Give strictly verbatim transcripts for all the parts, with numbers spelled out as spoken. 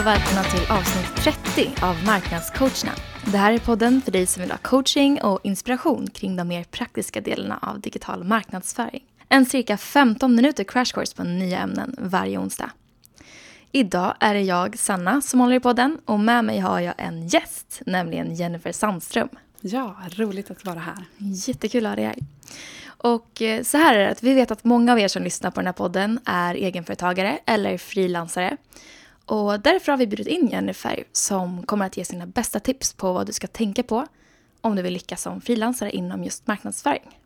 och välkomna till avsnitt trettio av Marknadscoacherna. Det här är podden för dig som vill ha coaching och inspiration kring de mer praktiska delarna av digital marknadsföring. En cirka femton minuter crash course på nya ämnen varje onsdag. Idag är det jag, Sanna, som håller i podden och med mig har jag en gäst, nämligen Jennifer Sandström. Ja, roligt att vara här. Jättekul att ha dig här. Och så här är det att vi vet att många av er som lyssnar på den här podden är egenföretagare eller frilansare. Och därför har vi bjudit in Jennifer som kommer att ge sina bästa tips på vad du ska tänka på om du vill lyckas som frilansare inom just marknadsföring.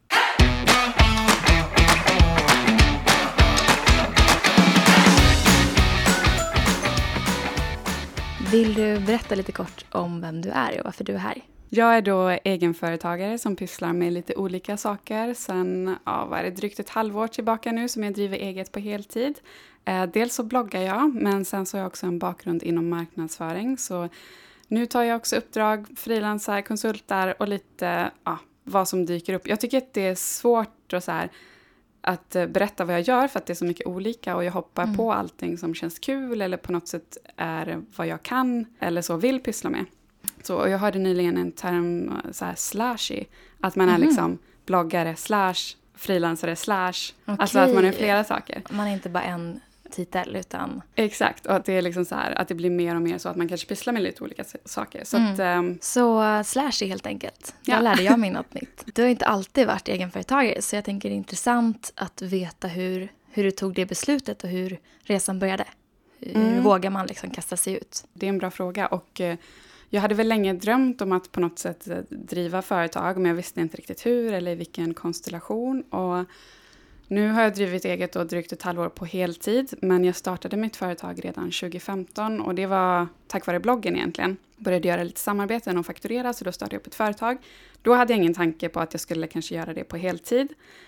Vill du berätta lite kort om vem du är och varför du är här? Jag är då egenföretagare som pysslar med lite olika saker. Sen ja, vad är det, drygt ett halvår tillbaka nu som jag driver eget på heltid. Eh, dels så bloggar jag, men sen så har jag också en bakgrund inom marknadsföring. Så nu tar jag också uppdrag, frilansar, konsultar och lite ja, vad som dyker upp. Jag tycker att det är svårt att, så här, att berätta vad jag gör för att det är så mycket olika. Och jag hoppar mm. på allting som känns kul eller på något sätt är vad jag kan eller så vill pyssla med. Så, och jag hörde nyligen en term, så här, slashy, att man är mm. liksom bloggare slash, frilansare slash, okay. Alltså att man är flera saker. Man är inte bara en titel utan... Exakt, och att det är liksom så här, att det blir mer och mer så att man kanske pysslar med lite olika saker. Så, mm. att, um... så uh, slashy helt enkelt, ja. Där lärde jag mig något nytt. Du har inte alltid varit egenföretagare så jag tänker det är intressant att veta hur, hur du tog det beslutet och hur resan började. Hur mm. vågar man liksom kasta sig ut? Det är en bra fråga och... Uh, Jag hade väl länge drömt om att på något sätt driva företag, men jag visste inte riktigt hur eller i vilken konstellation. Och nu har jag drivit eget och drygt ett halvår på heltid, men jag startade mitt företag redan tjugo femton och det var tack vare bloggen egentligen. Jag började göra lite samarbeten och fakturera, så då startade jag upp ett företag. Då hade jag ingen tanke på att jag skulle kanske göra det på heltid.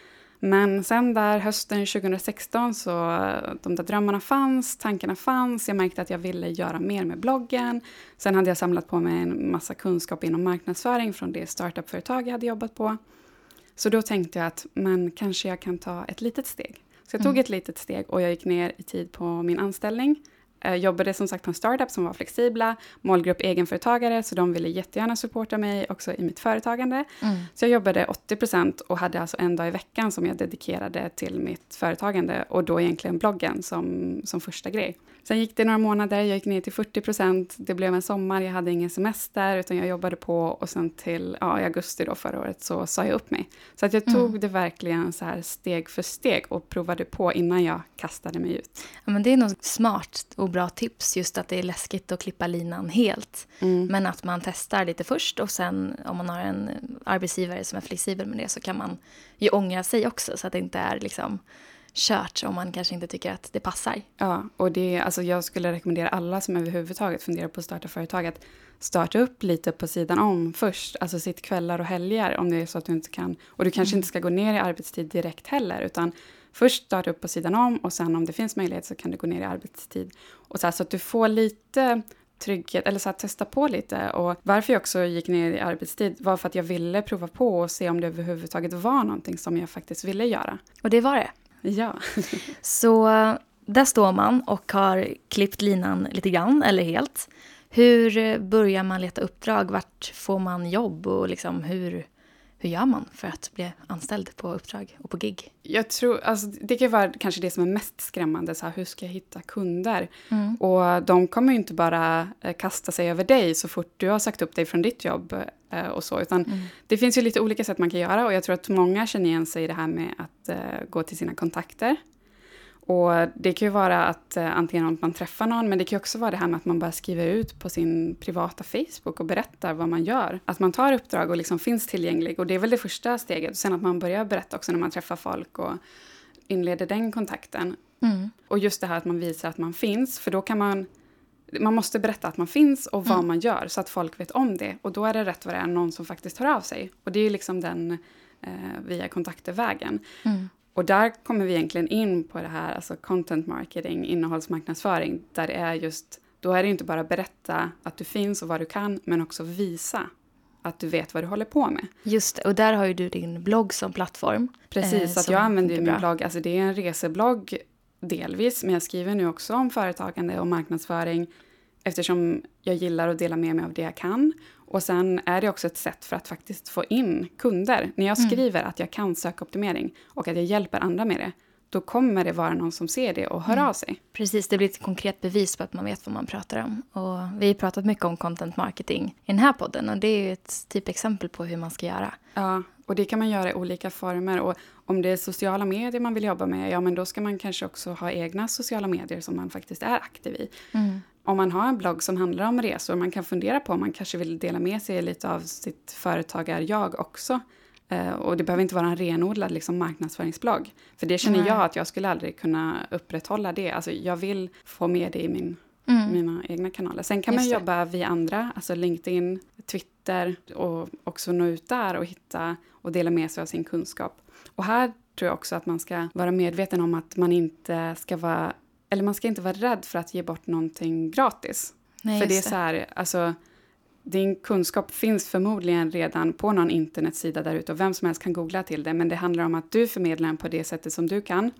Men sen där hösten tjugo sexton så de där drömmarna fanns, tankarna fanns. Jag märkte att jag ville göra mer med bloggen. Sen hade jag samlat på mig en massa kunskap inom marknadsföring från det startup-företag jag hade jobbat på. Så då tänkte jag att men kanske jag kan ta ett litet steg. Så jag tog mm. ett litet steg och jag gick ner i tid på min anställning. Jag jobbade som sagt på en startup som var flexibla, målgrupp egenföretagare, så de ville jättegärna supporta mig också i mitt företagande. Mm. Så jag jobbade åttio procent och hade alltså en dag i veckan som jag dedikerade till mitt företagande och då egentligen bloggen som, som första grej. Sen gick det några månader, jag gick ner till fyrtio procent, det blev en sommar, jag hade ingen semester utan jag jobbade på och sen till ja, i augusti då förra året så sa jag upp mig. Så att jag tog mm. det verkligen så här steg för steg och provade på innan jag kastade mig ut. Ja, men det är nog smart och bra tips just att det är läskigt att klippa linan helt. Mm. Men att man testar lite först och sen om man har en arbetsgivare som är flexibel med det så kan man ju ångra sig också så att det inte är liksom kört om man kanske inte tycker att det passar. Ja, och det, alltså jag skulle rekommendera alla som överhuvudtaget funderar på att starta företag att starta upp lite på sidan om först. Alltså sitt kvällar och helger om det är så att du inte kan. Och du kanske mm. inte ska gå ner i arbetstid direkt heller utan först starta upp på sidan om och sen om det finns möjlighet så kan du gå ner i arbetstid. Och så, här, så att du får lite trygghet eller så här, testa på lite. Och varför jag också gick ner i arbetstid var för att jag ville prova på och se om det överhuvudtaget var någonting som jag faktiskt ville göra. Och det var det? Ja. Så där står man och har klippt linan lite grann eller helt. Hur börjar man leta uppdrag? Vart får man jobb och liksom hur, hur gör man för att bli anställd på uppdrag och på gig? Jag tror, alltså, det kan vara kanske det som är mest skrämmande. Så här, hur ska jag hitta kunder? Mm. Och de kommer ju inte bara eh, kasta sig över dig så fort du har sagt upp dig från ditt jobb eh, och så. Utan mm. det finns ju lite olika sätt man kan göra. Och jag tror att många känner igen sig i det här med att eh, gå till sina kontakter. Och det kan ju vara att eh, antingen om man träffar någon, men det kan ju också vara det här med att man bara skriver ut på sin privata Facebook och berättar vad man gör. Att man tar uppdrag och liksom finns tillgänglig och det är väl det första steget. Och sen att man börjar berätta också när man träffar folk och inleder den kontakten. Mm. Och just det här att man visar att man finns, för då kan man, man måste berätta att man finns och vad mm. man gör så att folk vet om det. Och då är det rätt vad det är någon som faktiskt hör av sig. Och det är ju liksom den eh, via kontaktervägen. Mm. Och där kommer vi egentligen in på det här, alltså content marketing, innehållsmarknadsföring, där det är just, då är det inte bara berätta att du finns och vad du kan, men också visa att du vet vad du håller på med. Just det, och där har ju du din blogg som plattform. Precis, eh, att jag använder min bra. blogg, alltså det är en reseblogg delvis, men jag skriver nu också om företagande och marknadsföring eftersom jag gillar att dela med mig av det jag kan. Och sen är det också ett sätt för att faktiskt få in kunder. När jag skriver mm. att jag kan sökoptimering och att jag hjälper andra med det, då kommer det vara någon som ser det och hör mm. av sig. Precis, det blir ett konkret bevis på att man vet vad man pratar om. Och vi har pratat mycket om content marketing i den här podden. Och det är ju ett typexempel på hur man ska göra. Ja, och det kan man göra i olika former. Och om det är sociala medier man vill jobba med, ja men då ska man kanske också ha egna sociala medier som man faktiskt är aktiv i. Mm. Om man har en blogg som handlar om resor, man kan fundera på om man kanske vill dela med sig lite av sitt företagar-jag också. Uh, och det behöver inte vara en renodlad liksom, marknadsföringsblogg. För det känner Nej. jag att jag skulle aldrig kunna upprätthålla det. Alltså jag vill få med det i min, mm. mina egna kanaler. Sen kan Just man jobba via andra, alltså LinkedIn, Twitter och också nå ut där och hitta och dela med sig av sin kunskap. Och här tror jag också att man ska vara medveten om att man inte ska vara, eller man ska inte vara rädd för att ge bort någonting gratis. Nej, för det är så här, alltså din kunskap finns förmodligen redan på någon internetsida där ute och vem som helst kan googla till det. Men det handlar om att du förmedlar den på det sättet som du kan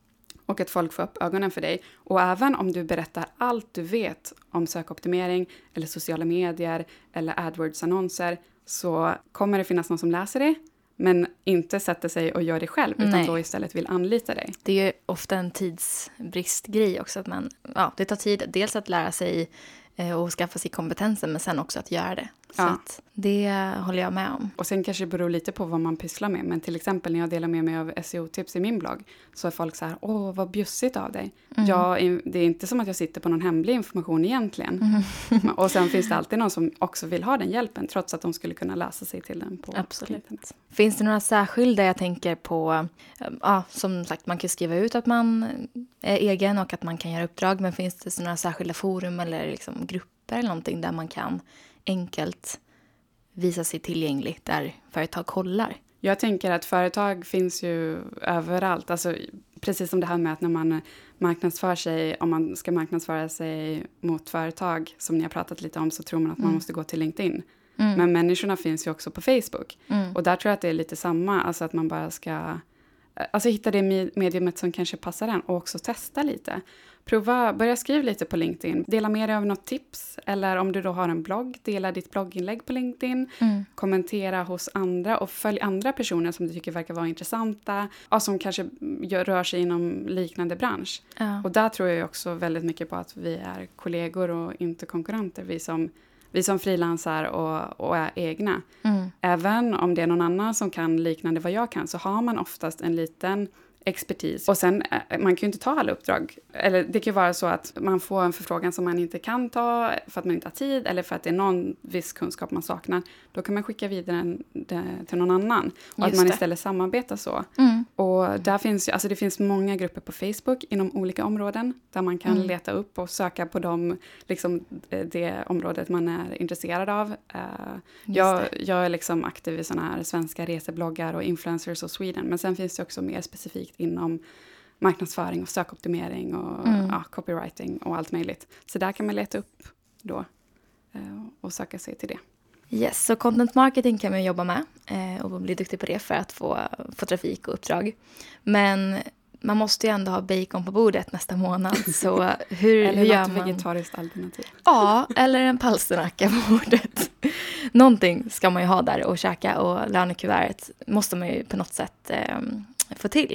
och att folk får upp ögonen för dig. Och även om du berättar allt du vet om sökoptimering eller sociala medier eller AdWords-annonser så kommer det finnas någon som läser det men inte sätter sig och gör det själv utan Nej. då istället vill anlita dig. Det är ju ofta en tidsbristgrej också att man, ja, det tar tid dels att lära sig och skaffa sig kompetensen men sen också att göra det. Så ja. att det håller jag med om. Och sen kanske det beror lite på vad man pysslar med. Men till exempel när jag delar med mig av S E O-tips i min blogg så är folk så här, åh vad bjussigt av dig. Mm. Jag, det är inte som att jag sitter på någon hemlig information egentligen. Mm. Och sen finns det alltid någon som också vill ha den hjälpen trots att de skulle kunna läsa sig till den på Absolut. internet. Finns det några särskilda jag tänker på, ja, som sagt man kan skriva ut att man är egen och att man kan göra uppdrag men finns det några särskilda forum eller liksom grupper eller någonting där man kan enkelt visa sig tillgängligt där företag kollar? Jag tänker att företag finns ju överallt. Alltså, precis som det här med att när man marknadsför sig, om man ska marknadsföra sig mot företag som ni har pratat lite om så tror man att man mm. måste gå till LinkedIn. Mm. Men människorna finns ju också på Facebook. Mm. Och där tror jag att det är lite samma. Alltså att man bara ska alltså hitta det mediumet som kanske passar en och också testa lite. Prova, börja skriva lite på LinkedIn. Dela med dig av något tips. Eller om du då har en blogg, dela ditt blogginlägg på LinkedIn. Mm. Kommentera hos andra och följ andra personer som du tycker verkar vara intressanta. Och som kanske gör, rör sig inom liknande bransch. Ja. Och där tror jag också väldigt mycket på att vi är kollegor och inte konkurrenter. Vi som, vi som frilansar och, och är egna. Mm. Även om det är någon annan som kan liknande vad jag kan så har man oftast en liten expertis. Och sen, man kan ju inte ta alla uppdrag. Eller det kan ju vara så att man får en förfrågan som man inte kan ta för att man inte har tid eller för att det är någon viss kunskap man saknar. Då kan man skicka vidare den, den till någon annan. Och Just att man det. istället samarbetar så. Mm. Och där finns ju, alltså det finns många grupper på Facebook inom olika områden där man kan mm. leta upp och söka på dem, liksom det området man är intresserad av. Uh, jag, jag är liksom aktiv i såna här svenska resebloggar och influencers och Sweden. Men sen finns det också mer specifikt inom marknadsföring och sökoptimering och mm. ja, copywriting och allt möjligt. Så där kan man leta upp då eh, och söka sig till det. Yes, så content marketing kan man jobba med eh, och bli duktig på det för att få, få trafik och uppdrag. Men man måste ju ändå ha bacon på bordet nästa månad. Så hur, eller hur gör något man? vegetariskt alternativ. Ja, eller en palsternacka på bordet. Någonting ska man ju ha där och käka och lönekuvertet måste man ju på något sätt eh, få till.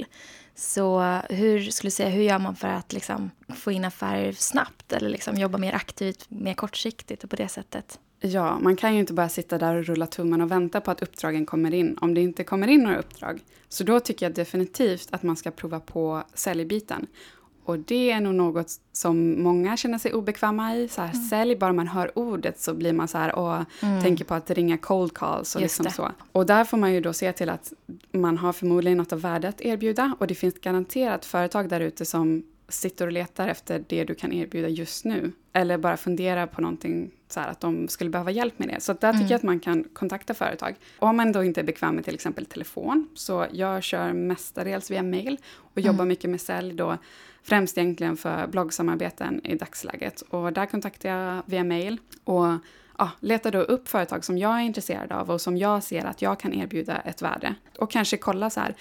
Så hur skulle jag säga, hur gör man för att liksom få in affärer snabbt eller liksom jobba mer aktivt, mer kortsiktigt och på det sättet? Ja, man kan ju inte bara sitta där och rulla tummen och vänta på att uppdragen kommer in. Om det inte kommer in några uppdrag. Så då tycker jag definitivt att man ska prova på säljbiten. Och det är nog något som många känner sig obekväma i. Så här, mm. Sälj, bara man hör ordet så blir man så här och mm. tänker på att ringa cold calls och liksom så. Och där får man ju då se till att man har förmodligen något av värde att erbjuda. Och det finns garanterat företag där ute som sitter och letar efter det du kan erbjuda just nu. Eller bara fundera på någonting så här att de skulle behöva hjälp med det. Så där tycker mm. jag att man kan kontakta företag. Och om man då inte är bekväm med till exempel telefon. Så jag kör mestadels via mail och mm. jobbar mycket med sälj då. Främst egentligen för bloggsamarbeten i dagsläget. Och där kontaktar jag via mail och ja, letar då upp företag som jag är intresserad av och som jag ser att jag kan erbjuda ett värde. Och kanske kolla så här,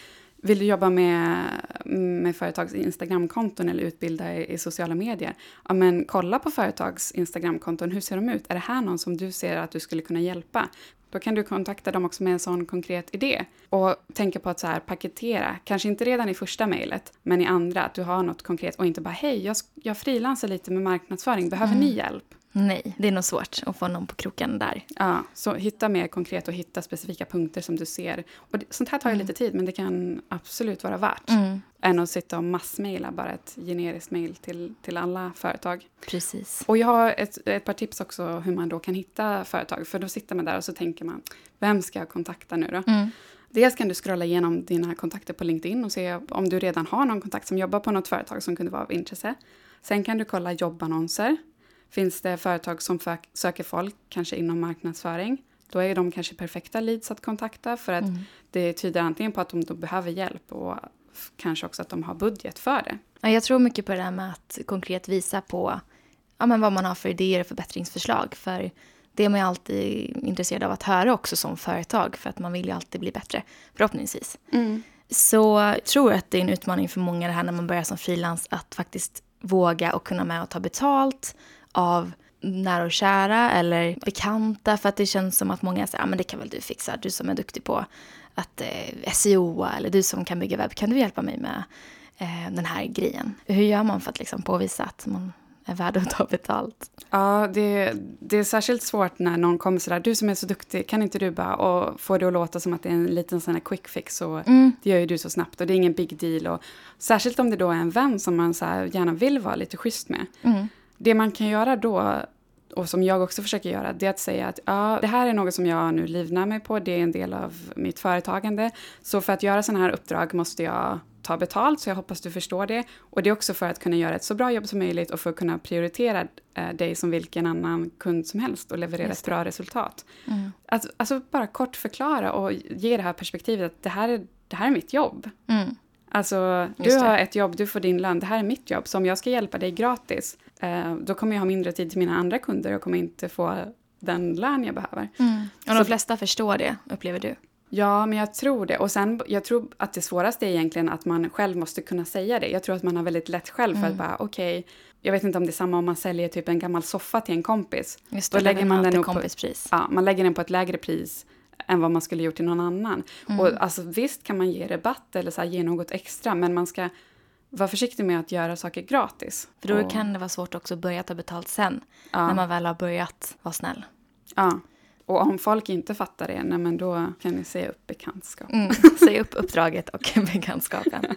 Vill du jobba med, med företags Instagramkonton eller utbilda i, i sociala medier? Ja, men kolla på företags Instagramkonton. Hur ser de ut? Är det här någon som du ser att du skulle kunna hjälpa? Då kan du kontakta dem också med en sån konkret idé. Och tänka på att så här paketera. Kanske inte redan i första mejlet, men i andra. Att du har något konkret och inte bara hej, jag, jag frilansar lite med marknadsföring. Behöver mm. ni hjälp? Nej, det är nog svårt att få någon på kroken där. Ja, så hitta mer konkret och hitta specifika punkter som du ser. Och det, sånt här tar ju mm. lite tid, men det kan absolut vara värt. Mm. Än att sitta och massmejla bara ett generiskt mejl till, till alla företag. Precis. Och jag har ett, ett par tips också hur man då kan hitta företag. För då sitter man där och så tänker man, vem ska jag kontakta nu då? Mm. Dels kan du scrolla igenom dina kontakter på LinkedIn och se om du redan har någon kontakt som jobbar på något företag som kunde vara av intresse. Sen kan du kolla jobbannonser. Finns det företag som för, söker folk, kanske inom marknadsföring, då är de kanske perfekta leads att kontakta för att mm. det tyder antingen på att de då behöver hjälp och f- kanske också att de har budget för det. Ja, jag tror mycket på det där med att konkret visa på ja, men vad man har för idéer och förbättringsförslag. För det är man ju alltid intresserad av att höra också som företag, för att man vill ju alltid bli bättre, förhoppningsvis. Mm. Så jag tror att det är en utmaning för många det här när man börjar som frilans att faktiskt våga och kunna med och ta betalt av nära och kära eller bekanta, för att det känns som att många säger, ja men det kan väl du fixa, du som är duktig på att eh, S E O eller du som kan bygga webb, kan du hjälpa mig med eh, den här grejen? Hur gör man för att liksom påvisa att man är värd att ta betalt? Ja, det, det är särskilt svårt när någon kommer sådär, du som är så duktig, kan inte du bara, och få det att låta som att det är en liten sån här quick fix och mm. det gör ju du så snabbt och det är ingen big deal. Och, särskilt om det då är en vän som man så här gärna vill vara lite schysst med. Mm. Det man kan göra då, och som jag också försöker göra, det är att säga att ja, det här är något som jag nu livnär mig på, det är en del av mitt företagande. Så för att göra sådana här uppdrag måste jag ta betalt, så jag hoppas du förstår det. Och det är också för att kunna göra ett så bra jobb som möjligt och för att kunna prioritera eh, dig som vilken annan kund som helst och leverera ett bra resultat. Mm. Att, alltså bara kort förklara och ge det här perspektivet att det här är, det här är mitt jobb. Mm. Alltså, du har ett jobb, du får din lön, det här är mitt jobb. Så om jag ska hjälpa dig gratis, eh, då kommer jag ha mindre tid till mina andra kunder och kommer inte få den lön jag behöver. Mm. Och de så, flesta förstår det, upplever du? Ja, men jag tror det. Och sen, jag tror att det svåraste är egentligen att man själv måste kunna säga det. Jag tror att man har väldigt lätt själv för mm. att bara, okej, okay, jag vet inte om det är samma om man säljer typ en gammal soffa till en kompis. Just det, då lägger man den kompispris. På, ja, man lägger den på ett lägre pris än vad man skulle gjort till någon annan. Mm. Och alltså, visst kan man ge rabatt eller så här, ge något extra, men man ska vara försiktig med att göra saker gratis. För då och, kan det vara svårt också att börja ta betalt sen, ja. när man väl har börjat vara snäll. Ja, och om folk inte fattar det, nej, men då kan ni säga upp bekantskap. Mm, säga upp uppdraget och bekantskapen.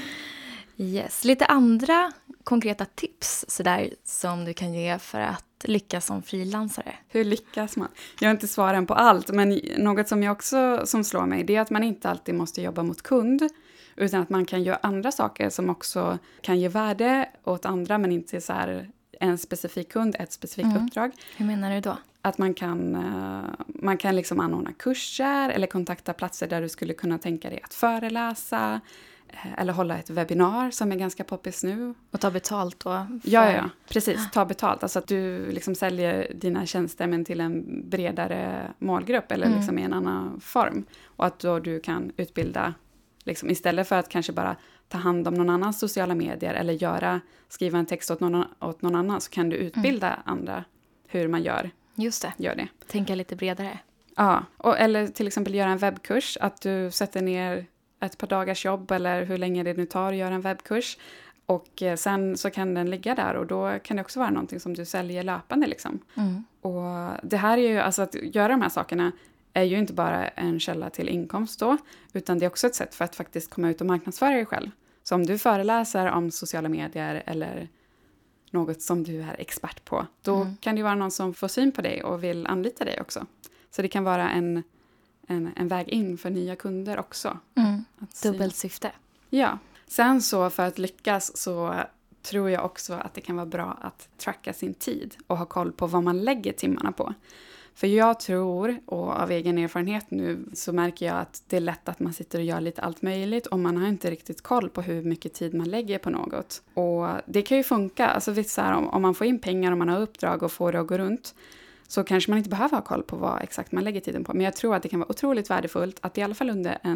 Yes. Lite andra konkreta tips så där, som du kan ge för att lyckas som frilansare. Hur lyckas man? Jag har inte svaren på allt, men något som jag också som slår mig, det är att man inte alltid måste jobba mot kund, utan att man kan göra andra saker som också kan ge värde åt andra, men inte så här en specifik kund, ett specifikt mm. uppdrag. Hur menar du då? Att man kan, man kan liksom anordna kurser eller kontakta platser där du skulle kunna tänka dig att föreläsa eller hålla ett webbinar som är ganska poppis nu. Och ta betalt då? För... Ja, ja, precis. Ta betalt. Alltså att du liksom säljer dina tjänster men till en bredare målgrupp eller mm. liksom i en annan form. Och att då du kan utbilda, liksom, istället för att kanske bara ta hand om någon annans sociala medier eller göra, skriva en text åt någon, åt någon annan, så kan du utbilda mm. andra hur man gör. Just det. Gör det. Tänka lite bredare. Ja, och, eller till exempel göra en webbkurs. Att du sätter ner ett par dagars jobb eller hur länge det nu tar att göra en webbkurs. Och eh, sen så kan den ligga där och då kan det också vara någonting som du säljer löpande liksom. Mm. Och det här är ju, alltså att göra de här sakerna är ju inte bara en källa till inkomst då, utan det är också ett sätt för att faktiskt komma ut och marknadsföra dig själv. Så om du föreläser om sociala medier eller något som du är expert på, då mm. kan det vara någon som får syn på dig och vill anlita dig också. Så det kan vara en, en, en väg in för nya kunder också. Mm. Dubbelt syfte. Ja. Sen så för att lyckas så tror jag också att det kan vara bra att tracka sin tid och ha koll på vad man lägger timmarna på. För jag tror, och av egen erfarenhet nu, så märker jag att det är lätt att man sitter och gör lite allt möjligt och man har inte riktigt koll på hur mycket tid man lägger på något. Och det kan ju funka, alltså visst så här, om, om man får in pengar och man har uppdrag och får det att gå runt, så kanske man inte behöver ha koll på vad exakt man lägger tiden på. Men jag tror att det kan vara otroligt värdefullt att i alla fall under en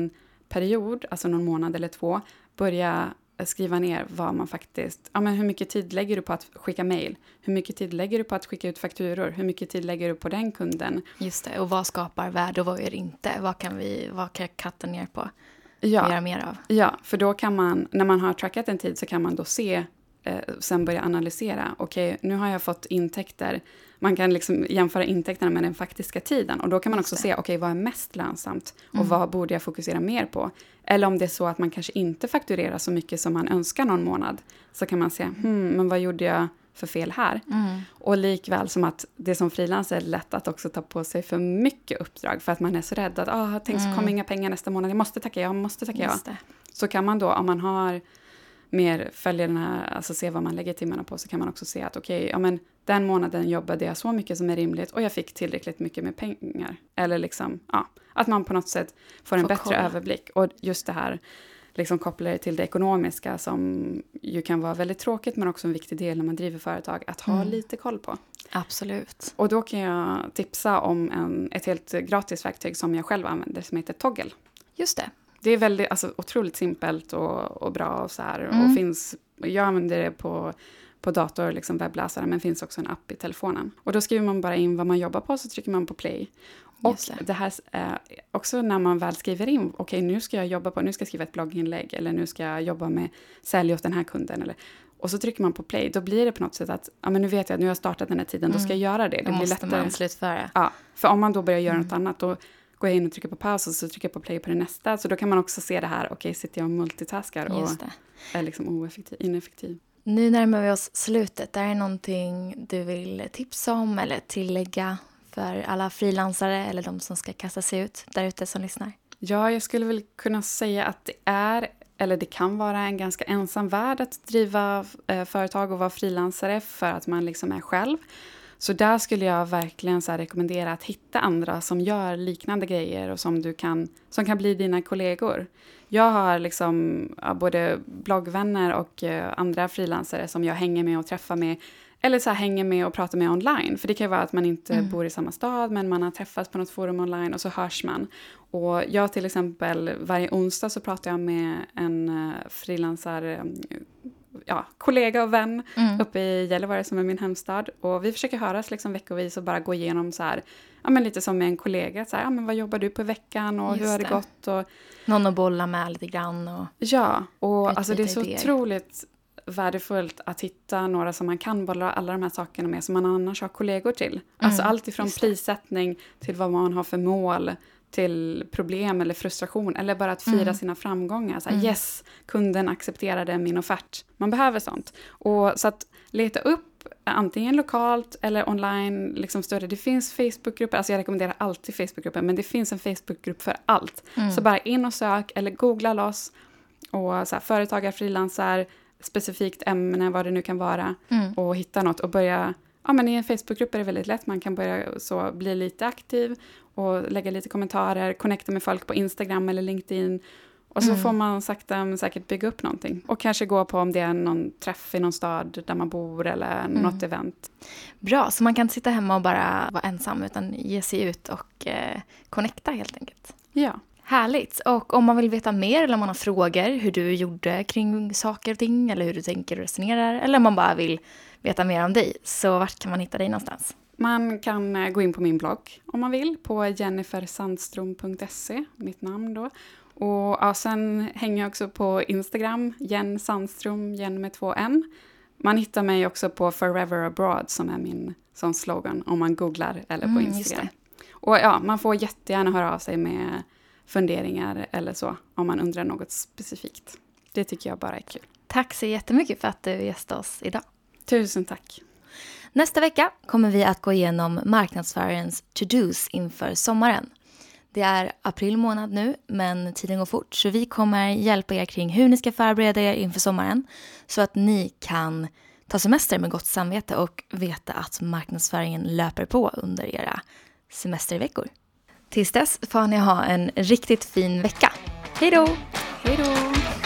period, alltså någon månad eller två, börja skriva ner vad man faktiskt, ja men hur mycket tid lägger du på att skicka mejl? Hur mycket tid lägger du på att skicka ut fakturor? Hur mycket tid lägger du på den kunden? Just det, och vad skapar värde och vad gör inte? Vad kan vi, vad kan jag katta ner på? Ja, göra mer av? Ja, för då kan man, när man har trackat en tid så kan man då se, eh, sen börja analysera. Okej, nu har jag fått intäkter. Man kan liksom jämföra intäkterna med den faktiska tiden. Och då kan man också se, okej, vad är mest lönsamt? Och mm. vad borde jag fokusera mer på? Eller om det är så att man kanske inte fakturerar så mycket som man önskar någon månad. Så kan man se, hmm, men vad gjorde jag för fel här? Mm. Och likväl som att det som frilansare är lätt att också ta på sig för mycket uppdrag. För att man är så rädd att, ah, tänk så kommer mm. inga pengar nästa månad. Jag måste tacka ja, jag måste tacka ja. Så kan man då, om man har mer följer den här, alltså se vad man lägger timmarna på, så kan man också se att okej, okay, ja men den månaden jobbade jag så mycket som är rimligt och jag fick tillräckligt mycket med pengar. Eller liksom, ja, att man på något sätt får en får bättre kolla. överblick. Och just det här liksom kopplar det till det ekonomiska som ju kan vara väldigt tråkigt men också en viktig del när man driver företag att ha mm. lite koll på. Absolut. Och då kan jag tipsa om en, ett helt gratis verktyg som jag själv använder som heter Toggl. Just det. Det är väldigt, alltså, otroligt simpelt och, och bra och så här. Mm. Och finns, jag använder det på, på dator, liksom webbläsare, men finns också en app i telefonen. Och då skriver man bara in vad man jobbar på, så trycker man på play. Och det. det här är också när man väl skriver in, okej okay, nu ska jag jobba på, nu ska jag skriva ett blogginlägg, eller nu ska jag jobba med sälj åt den här kunden, eller, och så trycker man på play, då blir det på något sätt att, ja men nu vet jag att nu har jag startat den här tiden, mm. då ska jag göra det. Det då blir måste lättare. Man slutföra. Ja, för om man då börjar göra mm. något annat, då går jag in och trycker på paus och så trycker jag på play på det nästa. Så då kan man också se det här, okej, okay, sitter jag och multitaskar och är liksom oeffektiv, ineffektiv. Nu närmar vi oss slutet. Är det någonting du vill tipsa om eller tillägga för alla frilansare eller de som ska kasta sig ut där ute som lyssnar? Ja, jag skulle väl kunna säga att det är, eller det kan vara en ganska ensam värld att driva eh, företag och vara frilansare för att man liksom är själv. Så där skulle jag verkligen så här rekommendera att hitta andra som gör liknande grejer och som du kan, som kan bli dina kollegor. Jag har liksom ja, både bloggvänner och eh, andra frilansare som jag hänger med och träffar med. Eller så här hänger med och pratar med online. För det kan ju vara att man inte mm. bor i samma stad, men man har träffats på något forum online och så hörs man. Och jag till exempel, varje onsdag så pratar jag med en uh, frilansare, ja, kollega och vän mm. uppe i Gällivare som är min hemstad. Och vi försöker höras liksom veckovis och bara gå igenom så här, ja men lite som med en kollega. Så här, ja men vad jobbar du på i veckan och Just hur har det, det gått? Och, någon att bolla med lite grann. Och ja, och alltså det är så idéer. Otroligt värdefullt att hitta några som man kan bolla alla de här sakerna med som man annars har kollegor till. Mm, alltså allt ifrån prissättning till vad man har för mål till problem eller frustration eller bara att fira mm. sina framgångar. Så här, mm. yes, kunden accepterade min offert. Man behöver sånt. Och så att leta upp antingen lokalt eller online liksom större. Det finns Facebookgrupper, alltså jag rekommenderar alltid Facebookgrupper, men det finns en Facebookgrupp för allt. Mm. Så bara in och sök eller googla loss och så här, företagare, frilansar, specifikt ämne, vad det nu kan vara, mm. och hitta något och börja, ja men i en Facebookgrupp är det väldigt lätt, man kan börja så bli lite aktiv och lägga lite kommentarer, connecta med folk på Instagram eller LinkedIn och så mm. får man sakta men säkert bygga upp någonting och kanske gå på om det är någon träff i någon stad där man bor eller mm. något event. Bra, så man kan inte sitta hemma och bara vara ensam utan ge sig ut och eh, connecta helt enkelt. Ja. Härligt. Och om man vill veta mer eller om man har frågor hur du gjorde kring saker och ting eller hur du tänker och resonerar eller om man bara vill veta mer om dig, så vart kan man hitta dig någonstans? Man kan gå in på min blogg om man vill på jennifer sandstrom punkt se, mitt namn då. Och ja, sen hänger jag också på Instagram, Jen Sandstrom, Jen med två N. Man hittar mig också på Forever Abroad som är min som slogan om man googlar eller på mm, Instagram. Och ja, man får jättegärna höra av sig med funderingar eller så om man undrar något specifikt. Det tycker jag bara är kul. Tack så jättemycket för att du gästade oss idag. Tusen tack. Nästa vecka kommer vi att gå igenom marknadsföringens to-dos inför sommaren. Det är april månad nu, men tiden går fort. Så vi kommer hjälpa er kring hur ni ska förbereda er inför sommaren. Så att ni kan ta semester med gott samvete och veta att marknadsföringen löper på under era semesterveckor. Tills dess får ni ha en riktigt fin vecka. Hej då! Hej då!